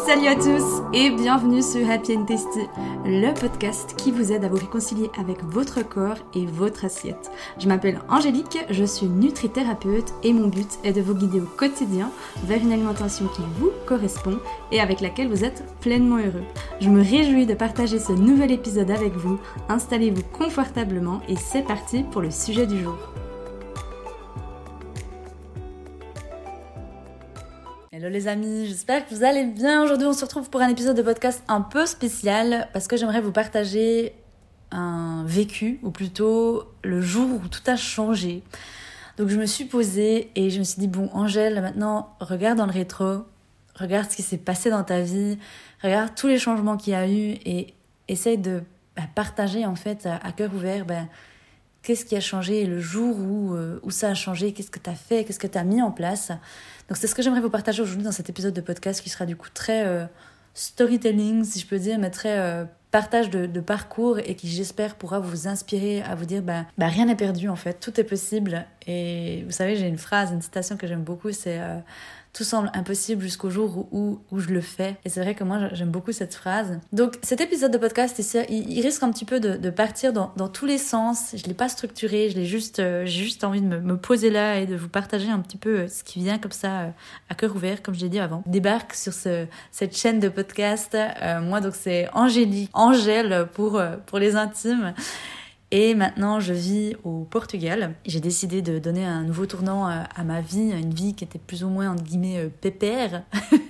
Salut à tous et bienvenue sur Happy and Tasty, le podcast qui vous aide à vous réconcilier avec votre corps et votre assiette. Je m'appelle Angélique, je suis nutrithérapeute et mon but est de vous guider au quotidien vers une alimentation qui vous correspond et avec laquelle vous êtes pleinement heureux. Je me réjouis de partager ce nouvel épisode avec vous, installez-vous confortablement et c'est parti pour le sujet du jour. Hello les amis, j'espère que vous allez bien. Aujourd'hui on se retrouve pour un épisode de podcast un peu spécial parce que j'aimerais vous partager un vécu, ou plutôt le jour où tout a changé. Donc je me suis posée et je me suis dit bon Angèle, maintenant regarde dans le rétro, regarde ce qui s'est passé dans ta vie, regarde tous les changements qu'il y a eu et essaye de partager en fait à cœur ouvert qu'est-ce qui a changé le jour où ça a changé, qu'est-ce que tu as fait, qu'est-ce que tu as mis en place. Donc c'est ce que j'aimerais vous partager aujourd'hui dans cet épisode de podcast qui sera du coup très storytelling, si je peux dire, mais très partage de parcours et qui j'espère pourra vous inspirer à vous dire rien n'est perdu en fait, tout est possible. Et vous savez, j'ai une citation que j'aime beaucoup, c'est tout semble impossible jusqu'au jour où je le fais. Et c'est vrai que moi, j'aime beaucoup cette phrase. Donc, cet épisode de podcast, il risque un petit peu de partir dans tous les sens. Je l'ai pas structuré, j'ai juste envie de me poser là et de vous partager un petit peu ce qui vient comme ça, à cœur ouvert, comme je l'ai dit avant. Débarque sur cette chaîne de podcast. Moi, donc, c'est Angèle pour les intimes. Et maintenant, je vis au Portugal. J'ai décidé de donner un nouveau tournant à ma vie, une vie qui était plus ou moins, entre guillemets, pépère.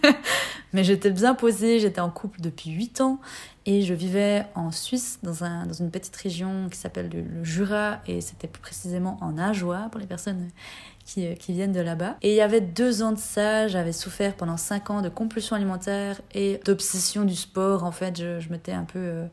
Mais j'étais bien posée, j'étais en couple depuis 8 ans et je vivais en Suisse, dans une petite région qui s'appelle le Jura, et c'était plus précisément en Ajoie, pour les personnes qui viennent de là-bas. Et il y avait 2 ans de ça, j'avais souffert pendant 5 ans de compulsion alimentaire et d'obsession du sport. En fait, je m'étais un peu...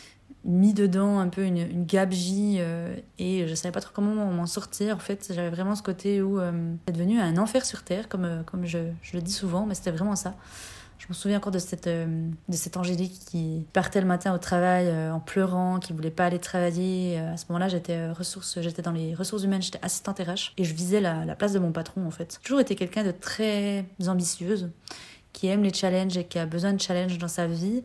mis dedans un peu une gabegie et je savais pas trop comment m'en sortir. En fait, j'avais vraiment ce côté où c'est devenu un enfer sur terre, comme je le dis souvent, mais c'était vraiment ça. Je me souviens encore de cette Angélique qui partait le matin au travail en pleurant, qui voulait pas aller travailler. À ce moment-là, j'étais dans les ressources humaines, j'étais assistante RH et je visais la place de mon patron en fait. J'ai toujours été quelqu'un de très ambitieuse, qui aime les challenges et qui a besoin de challenges dans sa vie.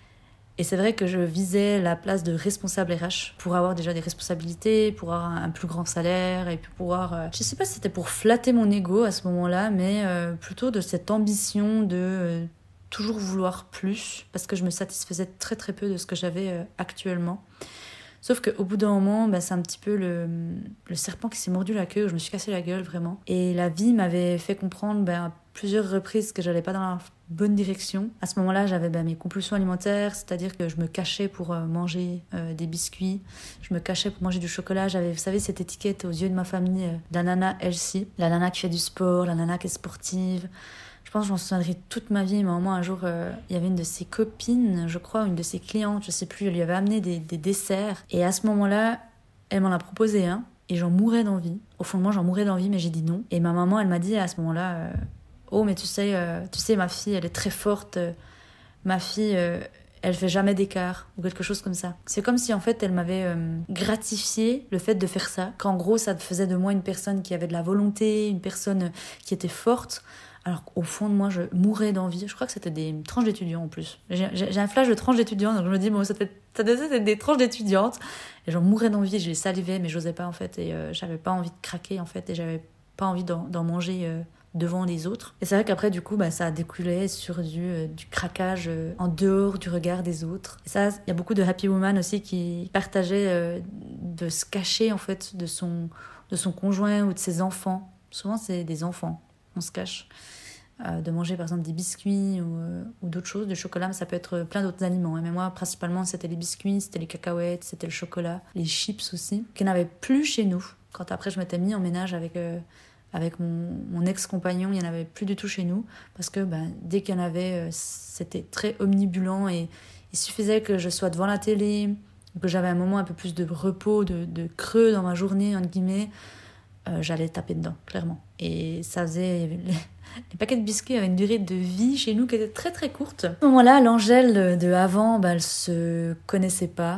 Et c'est vrai que je visais la place de responsable RH pour avoir déjà des responsabilités, pour avoir un plus grand salaire et puis pouvoir... je sais pas si c'était pour flatter mon ego à ce moment-là, mais plutôt de cette ambition de toujours vouloir plus parce que je me satisfaisais très très peu de ce que j'avais actuellement. Sauf qu'au bout d'un moment, c'est un petit peu le serpent qui s'est mordu la queue, où je me suis cassé la gueule vraiment. Et la vie m'avait fait comprendre à plusieurs reprises que j'allais pas dans la bonne direction. À ce moment-là, j'avais mes compulsions alimentaires, c'est-à-dire que je me cachais pour manger des biscuits, je me cachais pour manger du chocolat. J'avais, vous savez, cette étiquette aux yeux de ma famille, la nana healthy, la nana qui fait du sport, la nana qui est sportive. Je pense que je m'en souviendrai toute ma vie. Mais au moins, un jour, il y avait une de ses copines, je crois, une de ses clientes, je sais plus, elle lui avait amené des desserts. Et à ce moment-là, elle m'en a proposé un. Et j'en mourais d'envie. Au fond de moi, j'en mourais d'envie, mais j'ai dit non. Et ma maman, elle m'a dit à ce moment-là... oh, mais tu sais, ma fille, elle est très forte. Ma fille, elle fait jamais d'écart ou quelque chose comme ça. C'est comme si, en fait, elle m'avait gratifié le fait de faire ça. Qu'en gros, ça faisait de moi une personne qui avait de la volonté, une personne qui était forte. Alors qu'au fond de moi, je mourais d'envie. Je crois que c'était des tranches d'étudiants en plus. J'ai un flash de tranches d'étudiants, donc je me dis, bon, ça devait être des tranches d'étudiantes. Et j'en mourais d'envie, je les salivais, mais j'osais pas, en fait. Et j'avais pas envie de craquer, en fait. Et j'avais pas envie d'en manger... devant les autres. Et c'est vrai qu'après, du coup, ça a découlé sur du craquage en dehors du regard des autres. Et ça, il y a beaucoup de happy woman aussi qui partageaient de se cacher, en fait, de son conjoint ou de ses enfants. Souvent, c'est des enfants, on se cache. De manger, par exemple, des biscuits ou d'autres choses, du chocolat, mais ça peut être plein d'autres aliments. Mais moi, principalement, c'était les biscuits, c'était les cacahuètes, c'était le chocolat, les chips aussi, qu'il n'y en avait plus chez nous. Quand après, je m'étais mis en ménage avec mon ex-compagnon, il n'y en avait plus du tout chez nous, parce que dès qu'il y en avait, c'était très omnibulant, et il suffisait que je sois devant la télé, que j'avais un moment un peu plus de repos, de creux dans ma journée, entre guillemets, j'allais taper dedans, clairement. Et ça faisait... Les paquets de biscuits avaient une durée de vie chez nous qui était très très courte. À ce moment-là, l'Angèle de avant, elle se connaissait pas.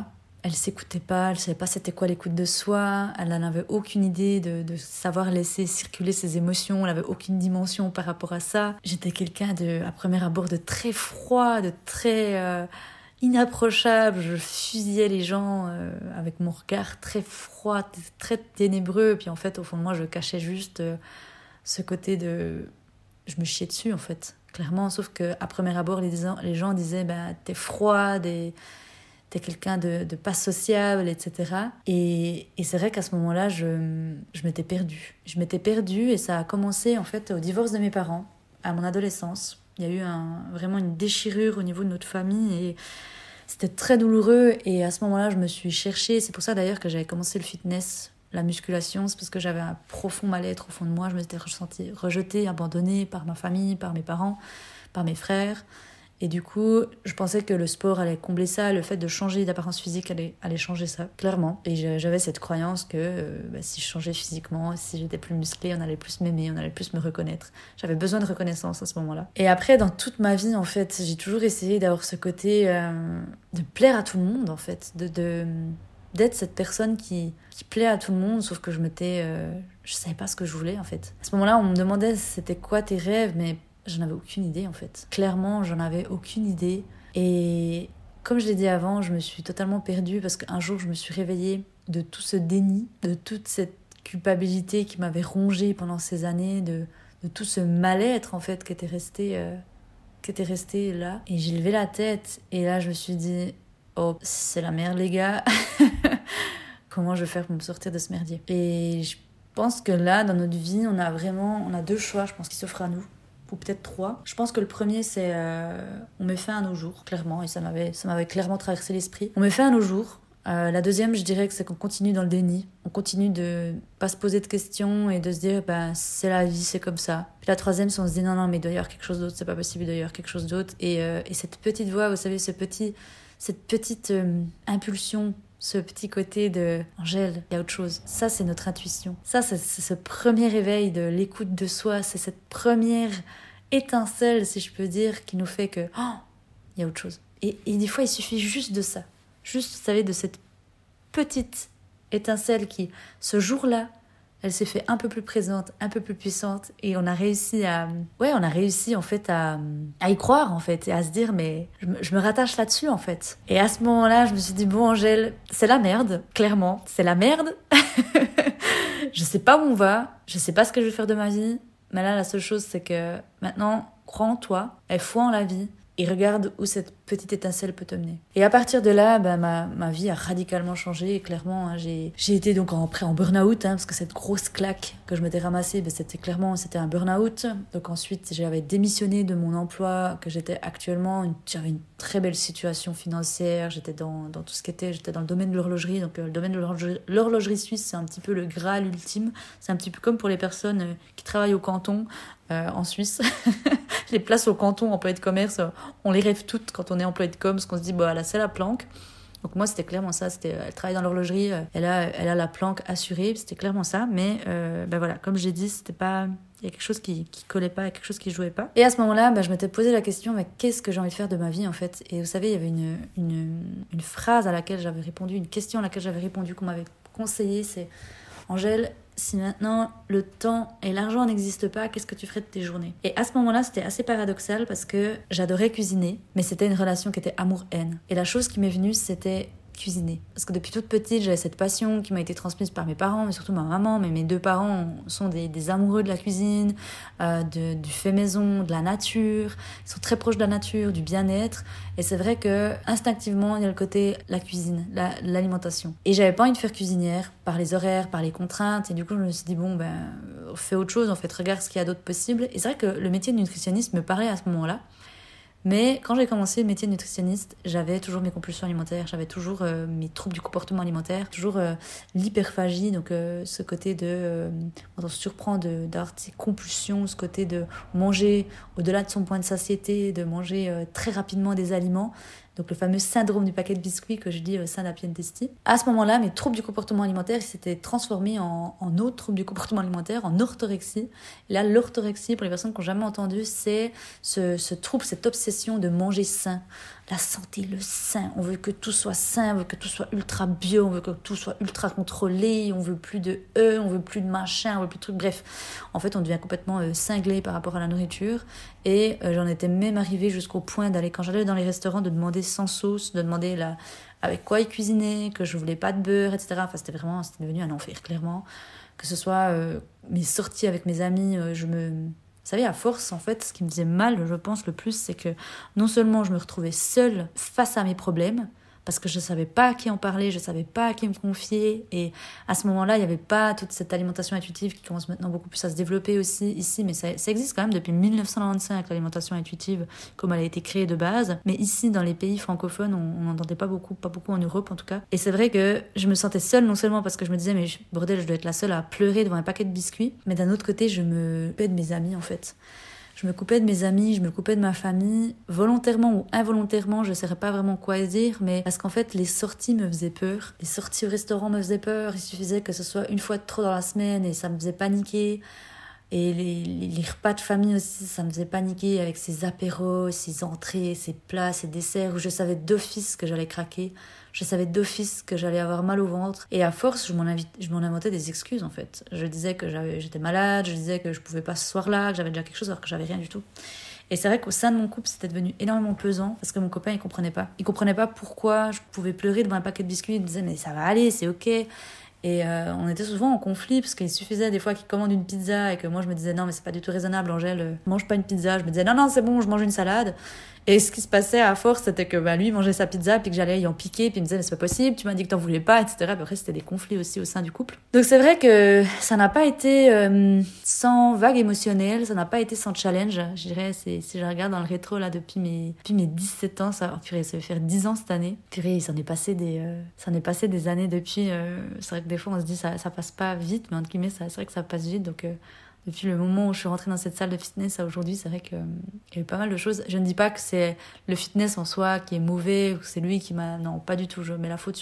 elle s'écoutait pas, elle savait pas c'était quoi l'écoute de soi, elle n'avait aucune idée de savoir laisser circuler ses émotions, elle avait aucune dimension par rapport à ça. J'étais quelqu'un à premier abord de très froid, de très inapprochable, je fusillais les gens avec mon regard très froid, très ténébreux, puis en fait au fond de moi je cachais juste ce côté de... Je me chiais dessus en fait, clairement, sauf qu'à premier abord les gens disaient t'es froide et t'es quelqu'un de pas sociable, etc. Et c'est vrai qu'à ce moment-là je m'étais perdue. Je m'étais perdue et ça a commencé en fait au divorce de mes parents, à mon adolescence. Il y a eu vraiment une déchirure au niveau de notre famille et c'était très douloureux. Et à ce moment-là, je me suis cherchée. C'est pour ça d'ailleurs que j'avais commencé le fitness, la musculation. C'est parce que j'avais un profond mal-être au fond de moi. Je m'étais ressentie rejetée, abandonnée par ma famille, par mes parents, par mes frères. Et du coup, je pensais que le sport allait combler ça, le fait de changer d'apparence physique allait changer ça, clairement. Et j'avais cette croyance que si je changeais physiquement, si j'étais plus musclée, on allait plus m'aimer, on allait plus me reconnaître. J'avais besoin de reconnaissance à ce moment-là. Et après, dans toute ma vie, en fait, j'ai toujours essayé d'avoir ce côté de plaire à tout le monde, en fait, d'être cette personne qui plaît à tout le monde, sauf que je savais pas ce que je voulais, en fait. À ce moment-là, on me demandait c'était quoi tes rêves, mais j'en avais aucune idée en fait. Clairement, j'en avais aucune idée. Et comme je l'ai dit avant, je me suis totalement perdue parce qu'un jour, je me suis réveillée de tout ce déni, de toute cette culpabilité qui m'avait rongée pendant ces années, de tout ce mal-être en fait qui était resté là. Et j'ai levé la tête et là, je me suis dit « Oh, c'est la merde les gars. Comment je vais faire pour me sortir de ce merdier ?» Et je pense que là, dans notre vie, on a deux choix, je pense, qui s'offrent à nous. Ou peut-être 3. Je pense que le premier, c'est on met fin à nos jours, clairement, et ça m'avait clairement traversé l'esprit. On met fin à nos jours. La deuxième, je dirais que c'est qu'on continue dans le déni. On continue de pas se poser de questions et de se dire c'est la vie, c'est comme ça. Puis la troisième, c'est on se dit non, mais il doit y avoir quelque chose d'autre, c'est pas possible, il doit y avoir quelque chose d'autre. Et cette petite voix, vous savez, cette petite impulsion, ce petit côté de Angèle, il y a autre chose. Ça, c'est notre intuition. Ça, c'est ce premier réveil de l'écoute de soi. C'est cette première étincelle, si je peux dire, qui nous fait que il y a autre chose. Et des fois, il suffit juste de ça. Juste, vous savez, de cette petite étincelle qui, ce jour-là, elle s'est fait un peu plus présente, un peu plus puissante, et on a réussi en fait à y croire en fait, et à se dire mais je me rattache là-dessus en fait. Et à ce moment-là, je me suis dit bon Angèle, c'est la merde, clairement, c'est la merde. Je sais pas où on va, je sais pas ce que je vais faire de ma vie, mais là la seule chose c'est que maintenant, crois en toi, aie foi en la vie. Et regarde où cette petite étincelle peut te mener. Et à partir de là, ma vie a radicalement changé. Et clairement, j'ai été donc en burn-out, parce que cette grosse claque que je m'étais ramassée, c'était un burn-out. Donc ensuite, j'avais démissionné de mon emploi que j'étais actuellement. J'avais une très belle situation financière. J'étais dans tout ce qui était... J'étais dans le domaine de l'horlogerie. Donc le domaine de l'horlogerie suisse, c'est un petit peu le Graal ultime. C'est un petit peu comme pour les personnes qui travaillent au canton en Suisse. Les places au canton, employé de commerce, on les rêve toutes quand on est employé de com, parce qu'on se dit, là, c'est la planque. Donc moi, c'était clairement ça. Elle travaille dans l'horlogerie, elle a la planque assurée, c'était clairement ça. Mais voilà, comme j'ai dit, c'était pas... Il y a quelque chose qui collait pas, il y a quelque chose qui jouait pas. Et à ce moment-là, je m'étais posé la question, mais qu'est-ce que j'ai envie de faire de ma vie, en fait? Et vous savez, il y avait une phrase à laquelle j'avais répondu, une question à laquelle j'avais répondu, qu'on m'avait conseillé, c'est « Angèle, si maintenant le temps et l'argent n'existent pas, qu'est-ce que tu ferais de tes journées ?» Et à ce moment-là, c'était assez paradoxal parce que j'adorais cuisiner, mais c'était une relation qui était amour-haine. Et la chose qui m'est venue, c'était cuisiner. Parce que depuis toute petite, j'avais cette passion qui m'a été transmise par mes parents, mais surtout ma maman. Mais mes deux parents sont des amoureux de la cuisine, du fait maison, de la nature. Ils sont très proches de la nature, du bien-être. Et c'est vrai que instinctivement, il y a le côté la cuisine, l'alimentation. Et j'avais pas envie de faire cuisinière par les horaires, par les contraintes. Et du coup, je me suis dit fais autre chose. En fait, regarde ce qu'il y a d'autre possible. Et c'est vrai que le métier de nutritionniste me parlait à ce moment-là. Mais quand j'ai commencé le métier de nutritionniste, j'avais toujours mes compulsions alimentaires, j'avais toujours mes troubles du comportement alimentaire, toujours l'hyperphagie, donc ce côté on se surprend d'avoir ces compulsions, ce côté de manger au-delà de son point de satiété, de manger très rapidement des aliments. Donc le fameux syndrome du paquet de biscuits que je dis Saint-Apien-Testi. À ce moment-là, mes troubles du comportement alimentaire s'étaient transformés en autres troubles du comportement alimentaire, en orthorexie. Et là, l'orthorexie, pour les personnes qui n'ont jamais entendu, c'est ce trouble, cette obsession de manger sain, la santé, le sain. On veut que tout soit sain, on veut que tout soit ultra bio, on veut que tout soit ultra contrôlé, on veut plus de on veut plus de machin, on veut plus de trucs. Bref, en fait, on devient complètement cinglé par rapport à la nourriture. Et j'en étais même arrivée jusqu'au point d'aller, quand j'allais dans les restaurants, de demander sans sauce, de demander avec quoi ils cuisinaient, que je voulais pas de beurre, etc. Enfin, c'était devenu un enfer, clairement. Que ce soit mes sorties avec mes amis, Vous savez, à force, en fait, ce qui me faisait mal, je pense, le plus, c'est que non seulement je me retrouvais seule face à mes problèmes, parce que je ne savais pas à qui en parler, je ne savais pas à qui me confier, et à ce moment-là, il n'y avait pas toute cette alimentation intuitive qui commence maintenant beaucoup plus à se développer aussi ici, mais ça existe quand même depuis 1995, l'alimentation intuitive, comme elle a été créée de base, mais ici, dans les pays francophones, on n'entendait pas beaucoup en Europe en tout cas, et c'est vrai que je me sentais seule, non seulement parce que je me disais, mais bordel, je dois être la seule à pleurer devant un paquet de biscuits, mais d'un autre côté, je me coupais de mes amis, en fait. Je me coupais de mes amis, je me coupais de ma famille, volontairement ou involontairement, je ne saurais pas vraiment quoi dire, mais parce qu'en fait, les sorties me faisaient peur. Les sorties au restaurant me faisaient peur, il suffisait que ce soit une fois de trop dans la semaine et ça me faisait paniquer. Et les repas de famille aussi, ça me faisait paniquer avec ces apéros, ces entrées, ces plats, ces desserts où je savais d'office que j'allais craquer. Je savais d'office que j'allais avoir mal au ventre. Et à force, je m'en inventais des excuses en fait. Je disais que j'étais malade, je disais que je pouvais pas ce soir-là, que j'avais déjà quelque chose alors que j'avais rien du tout. Et c'est vrai qu'au sein de mon couple, c'était devenu énormément pesant parce que mon copain, il comprenait pas. Il comprenait pas pourquoi je pouvais pleurer devant un paquet de biscuits. Il me disait, mais ça va aller, c'est ok. Et on était souvent en conflit parce qu'il suffisait des fois qu'il commande une pizza et que moi je me disais non mais c'est pas du tout raisonnable Angèle, mange pas une pizza. Je me disais non c'est bon, je mange une salade. Et ce qui se passait à force c'était que lui mangeait sa pizza puis que j'allais y en piquer puis il me disait mais c'est pas possible, tu m'as dit que t'en voulais pas, etc. Puis après c'était des conflits aussi au sein du couple. Donc c'est vrai que ça n'a pas été sans vague émotionnelle, ça n'a pas été sans challenge. Je dirais si je regarde dans le rétro là depuis mes 17 ans, ça va faire 10 ans cette année. Purée, il s'en est passé des années depuis. C'est vrai que des fois on se dit ça passe pas vite, mais entre guillemets c'est vrai que ça passe vite. Donc depuis le moment où je suis rentrée dans cette salle de fitness à aujourd'hui, c'est vrai qu'il y a eu pas mal de choses. Je ne dis pas que c'est le fitness en soi qui est mauvais ou que c'est lui qui m'a... Non, pas du tout. Je mets la faute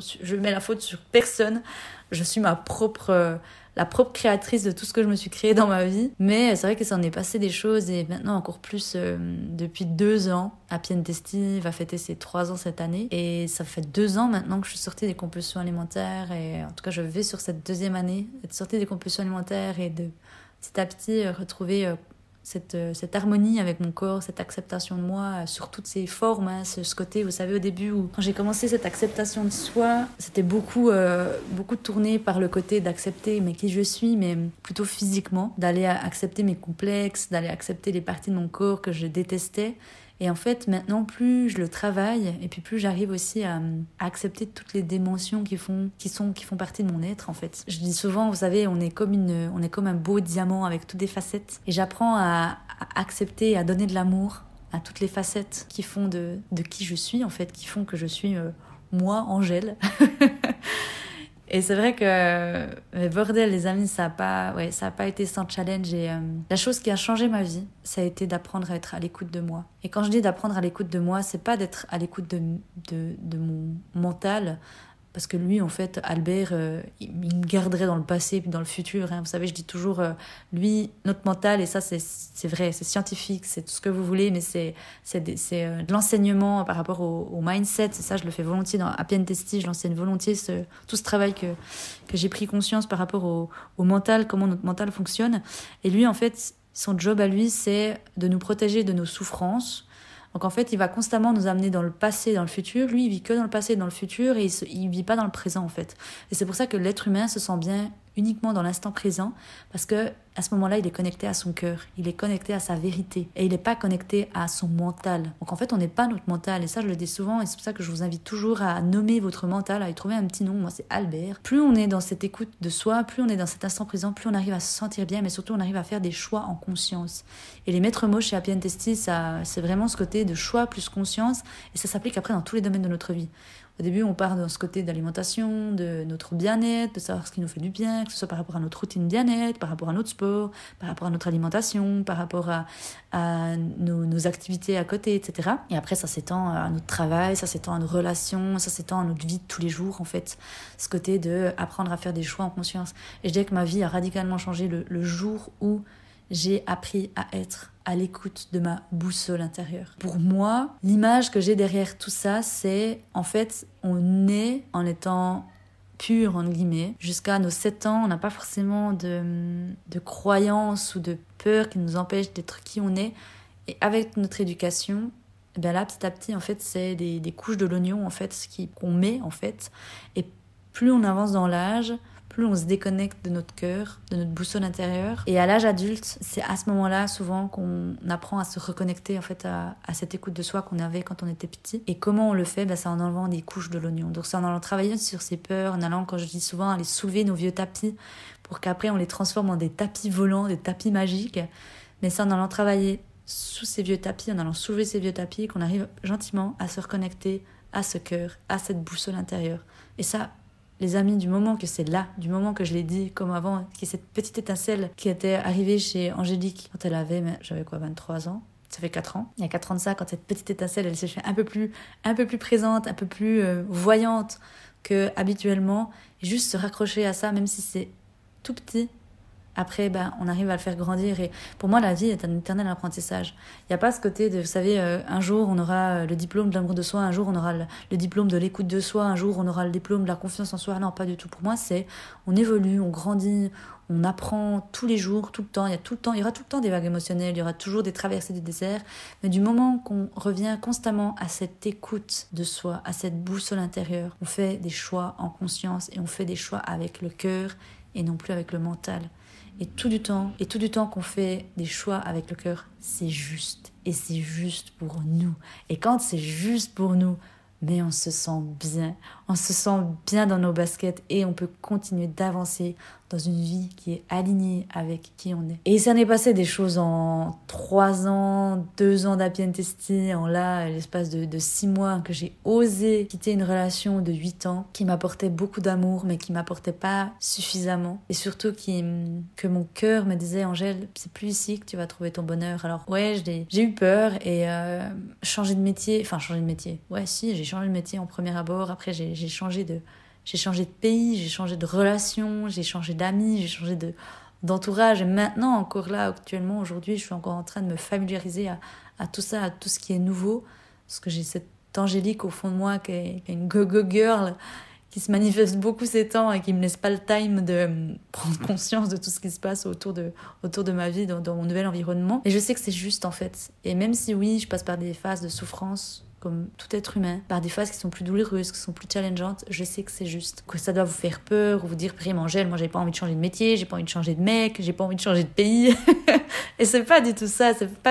sur personne. Je suis la propre créatrice de tout ce que je me suis créée dans ma vie. Mais c'est vrai que ça en est passé des choses et maintenant encore plus depuis 2 ans. Happy and Tasty va fêter ses 3 ans cette année. Et ça fait 2 ans maintenant que je suis sortie des compulsions alimentaires. Et en tout cas, je vais sur cette 2e année d'être sortie des compulsions alimentaires et de petit à petit retrouver cette harmonie avec mon corps, cette acceptation de moi sur toutes ses formes, hein, ce côté, vous savez, au début où quand j'ai commencé cette acceptation de soi, c'était beaucoup tourné par le côté d'accepter qui je suis, mais plutôt physiquement, d'aller accepter mes complexes, d'aller accepter les parties de mon corps que je détestais. Et en fait, maintenant, plus je le travaille, et puis plus j'arrive aussi à accepter toutes les dimensions qui font partie de mon être, en fait. Je dis souvent, vous savez, on est comme un beau diamant avec toutes des facettes. Et j'apprends à accepter et à donner de l'amour à toutes les facettes qui font de qui je suis, en fait, qui font que je suis moi, Angèle. Et c'est vrai que, mais bordel, les amis, ça a pas été sans challenge. Et la chose qui a changé ma vie, ça a été d'apprendre à être à l'écoute de moi. Et quand je dis d'apprendre à l'écoute de moi, c'est pas d'être à l'écoute de mon mental. Parce que lui, en fait, Albert, il me garderait dans le passé puis dans le futur. Hein. Vous savez, je dis toujours, lui, notre mental, et ça, c'est vrai, c'est scientifique, c'est tout ce que vous voulez, mais c'est de l'enseignement par rapport au mindset. C'est ça, je le fais volontiers dans Happy and Tasty, je l'enseigne volontiers, tout ce travail que j'ai pris conscience par rapport au mental, comment notre mental fonctionne. Et lui, en fait, son job à lui, c'est de nous protéger de nos souffrances. Donc en fait, il va constamment nous amener dans le passé et dans le futur. Lui, il vit que dans le passé et dans le futur et il vit pas dans le présent en fait. Et c'est pour ça que l'être humain se sent bien uniquement dans l'instant présent parce que à ce moment-là, il est connecté à son cœur, il est connecté à sa vérité et il n'est pas connecté à son mental. Donc en fait, on n'est pas notre mental et ça, je le dis souvent et c'est pour ça que je vous invite toujours à nommer votre mental, à y trouver un petit nom. Moi, c'est Albert. Plus on est dans cette écoute de soi, plus on est dans cet instant présent, plus on arrive à se sentir bien, mais surtout on arrive à faire des choix en conscience. Et les maîtres mots chez Happy and Tasty, c'est vraiment ce côté de choix plus conscience et ça s'applique après dans tous les domaines de notre vie. Au début, on part dans ce côté d'alimentation, de notre bien-être, de savoir ce qui nous fait du bien, que ce soit par rapport à notre routine bien-être, par rapport à notre sport, par rapport à notre alimentation, par rapport à nos activités à côté, etc. Et après, ça s'étend à notre travail, ça s'étend à nos relations, ça s'étend à notre vie de tous les jours, en fait. Ce côté d'apprendre à faire des choix en conscience. Et je dirais que ma vie a radicalement changé le jour où j'ai appris à être à l'écoute de ma boussole intérieure. Pour moi, l'image que j'ai derrière tout ça, c'est en fait, on est en étant pur, entre guillemets. Jusqu'à nos 7 ans, on n'a pas forcément de croyances ou de peur qui nous empêchent d'être qui on est. Et avec notre éducation, ben là, petit à petit, en fait, c'est des couches de l'oignon, en fait, qu'on met, en fait. Et plus on avance dans l'âge, plus on se déconnecte de notre cœur, de notre boussole intérieure. Et à l'âge adulte, c'est à ce moment-là, souvent, qu'on apprend à se reconnecter, en fait, à cette écoute de soi qu'on avait quand on était petit. Et comment on le fait? Ben, c'est en enlevant des couches de l'oignon. Donc, c'est en allant travailler sur ses peurs, en allant, quand je dis souvent, aller soulever nos vieux tapis, pour qu'après, on les transforme en des tapis volants, des tapis magiques. Mais c'est en allant travailler sous ces vieux tapis, en allant soulever ces vieux tapis, qu'on arrive gentiment à se reconnecter à ce cœur, à cette boussole intérieure. Et ça, les amis, du moment que c'est là, du moment que je l'ai dit comme avant, qu'il y a cette petite étincelle qui était arrivée chez Angélique quand elle avait, j'avais quoi, 23 ans, ça fait 4 ans. Il y a 4 ans de ça, quand cette petite étincelle, elle s'est fait un peu plus présente, un peu plus voyante que habituellement, juste se raccrocher à ça, même si c'est tout petit. Après, on arrive à le faire grandir. Et pour moi, la vie est un éternel apprentissage. Il n'y a pas ce côté de, vous savez, un jour, on aura le diplôme de l'amour de soi, un jour, on aura le diplôme de l'écoute de soi, un jour, on aura le diplôme de la confiance en soi. Non, pas du tout. Pour moi, c'est, on évolue, on grandit, on apprend tous les jours, tout le temps. Il y aura tout le temps des vagues émotionnelles, il y aura toujours des traversées du désert. Mais du moment qu'on revient constamment à cette écoute de soi, à cette boussole intérieure, on fait des choix en conscience et on fait des choix avec le cœur et non plus avec le mental. Et tout du temps qu'on fait des choix avec le cœur, c'est juste. Et c'est juste pour nous. Et quand c'est juste pour nous, mais on se sent bien. On se sent bien dans nos baskets et on peut continuer d'avancer dans une vie qui est alignée avec qui on est. Et ça n'est passé des choses en 3 ans, 2 ans d'Happy and Tasty, en là, l'espace de 6 mois, que j'ai osé quitter une relation de 8 ans qui m'apportait beaucoup d'amour, mais qui m'apportait pas suffisamment. Et surtout que mon cœur me disait, Angèle, c'est plus ici que tu vas trouver ton bonheur. Alors ouais, j'ai eu peur et changer de métier. Ouais, si, j'ai changé de métier en premier abord. Après, j'ai changé de pays, j'ai changé de relation, j'ai changé d'amis, j'ai changé d'entourage. Et maintenant, encore là, actuellement, aujourd'hui, je suis encore en train de me familiariser à tout ça, à tout ce qui est nouveau. Parce que j'ai cette Angélique au fond de moi qui est une go-go girl, qui se manifeste beaucoup ces temps et qui me laisse pas le time de prendre conscience de tout ce qui se passe autour de ma vie, dans mon nouvel environnement. Et je sais que c'est juste, en fait. Et même si oui, je passe par des phases de souffrance, comme tout être humain, par des phases qui sont plus douloureuses, qui sont plus challengeantes, je sais que c'est juste. Que ça doit vous faire peur, ou vous dire, Angèle, moi j'ai pas envie de changer de métier, j'ai pas envie de changer de mec, j'ai pas envie de changer de pays. Et c'est pas du tout ça.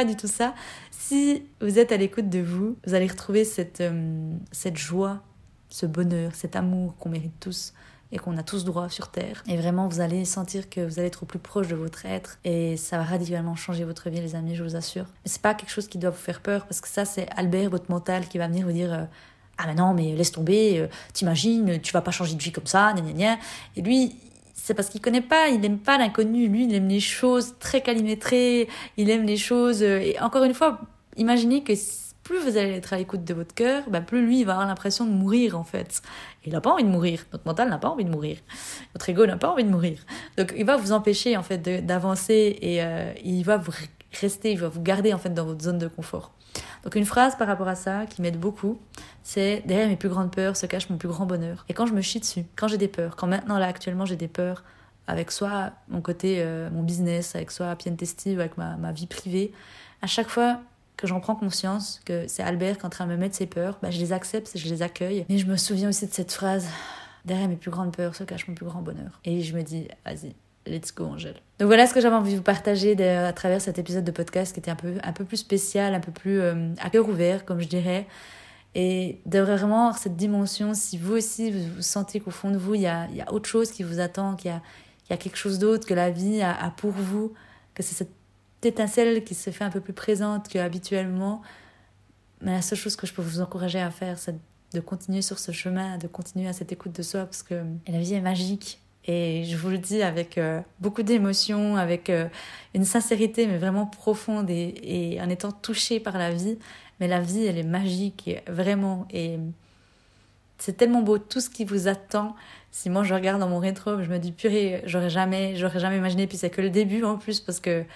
Si vous êtes à l'écoute de vous, vous allez retrouver cette joie, ce bonheur, cet amour qu'on mérite tous et qu'on a tous droit sur Terre. Et vraiment, vous allez sentir que vous allez être au plus proche de votre être et ça va radicalement changer votre vie, les amis, je vous assure. Mais c'est pas quelque chose qui doit vous faire peur parce que ça, c'est Albert, votre mental, qui va venir vous dire ah mais non, mais laisse tomber, t'imagines, tu vas pas changer de vie comme ça, gna gna gna. Et lui, c'est parce qu'il connaît pas, il aime pas l'inconnu. Lui, il aime les choses très calimétrées, il aime les choses... Et encore une fois, imaginez que plus vous allez être à l'écoute de votre cœur, plus lui, il va avoir l'impression de mourir, en fait. Et il n'a pas envie de mourir. Notre mental n'a pas envie de mourir. Votre ego n'a pas envie de mourir. Donc, il va vous empêcher, en fait, d'avancer et il va vous rester, il va vous garder, en fait, dans votre zone de confort. Donc, une phrase par rapport à ça qui m'aide beaucoup, c'est « Derrière mes plus grandes peurs se cache mon plus grand bonheur. » Et quand je me chie dessus, quand j'ai des peurs, quand maintenant, là, actuellement, j'ai des peurs avec soit mon côté, mon business, avec soit Happy and Tasty ou avec ma vie privée, à chaque fois que j'en prends conscience, que c'est Albert qui est en train de me mettre ses peurs, je les accepte et je les accueille. Mais je me souviens aussi de cette phrase « Derrière mes plus grandes peurs se cache mon plus grand bonheur. » Et je me dis « Vas-y, let's go, Angèle. » Donc voilà ce que j'avais envie de vous partager à travers cet épisode de podcast qui était un peu plus spécial, un peu plus à cœur ouvert, comme je dirais. Et de vraiment avoir cette dimension, si vous aussi vous sentez qu'au fond de vous, il y a autre chose qui vous attend, qu'il y a quelque chose d'autre que la vie a pour vous, que c'est cette étincelle qui se fait un peu plus présente qu'habituellement, mais la seule chose que je peux vous encourager à faire, c'est de continuer sur ce chemin, de continuer à cette écoute de soi, parce que la vie est magique. Et je vous le dis avec beaucoup d'émotion, avec une sincérité, mais vraiment profonde, et en étant touchée par la vie. Mais la vie, elle est magique, vraiment. Et c'est tellement beau, tout ce qui vous attend. Si moi, je regarde dans mon rétro, je me dis, purée, j'aurais jamais imaginé. Puis c'est que le début, en plus, parce que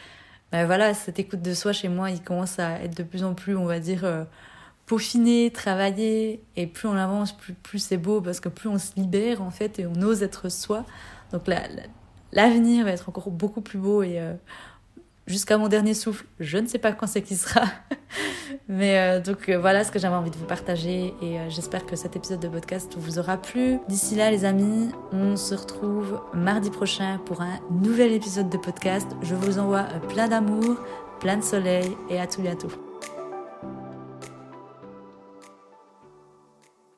ben voilà, cette écoute de soi chez moi, il commence à être de plus en plus, on va dire, peaufiné, travaillé. Et plus on avance, plus c'est beau parce que plus on se libère en fait et on ose être soi. Donc l'avenir va être encore beaucoup plus beau et jusqu'à mon dernier souffle, je ne sais pas quand c'est qu'il sera. Mais donc voilà ce que j'avais envie de vous partager et j'espère que cet épisode de podcast vous aura plu. D'ici là les amis, on se retrouve mardi prochain pour un nouvel épisode de podcast. Je vous envoie plein d'amour, plein de soleil et à tout bientôt.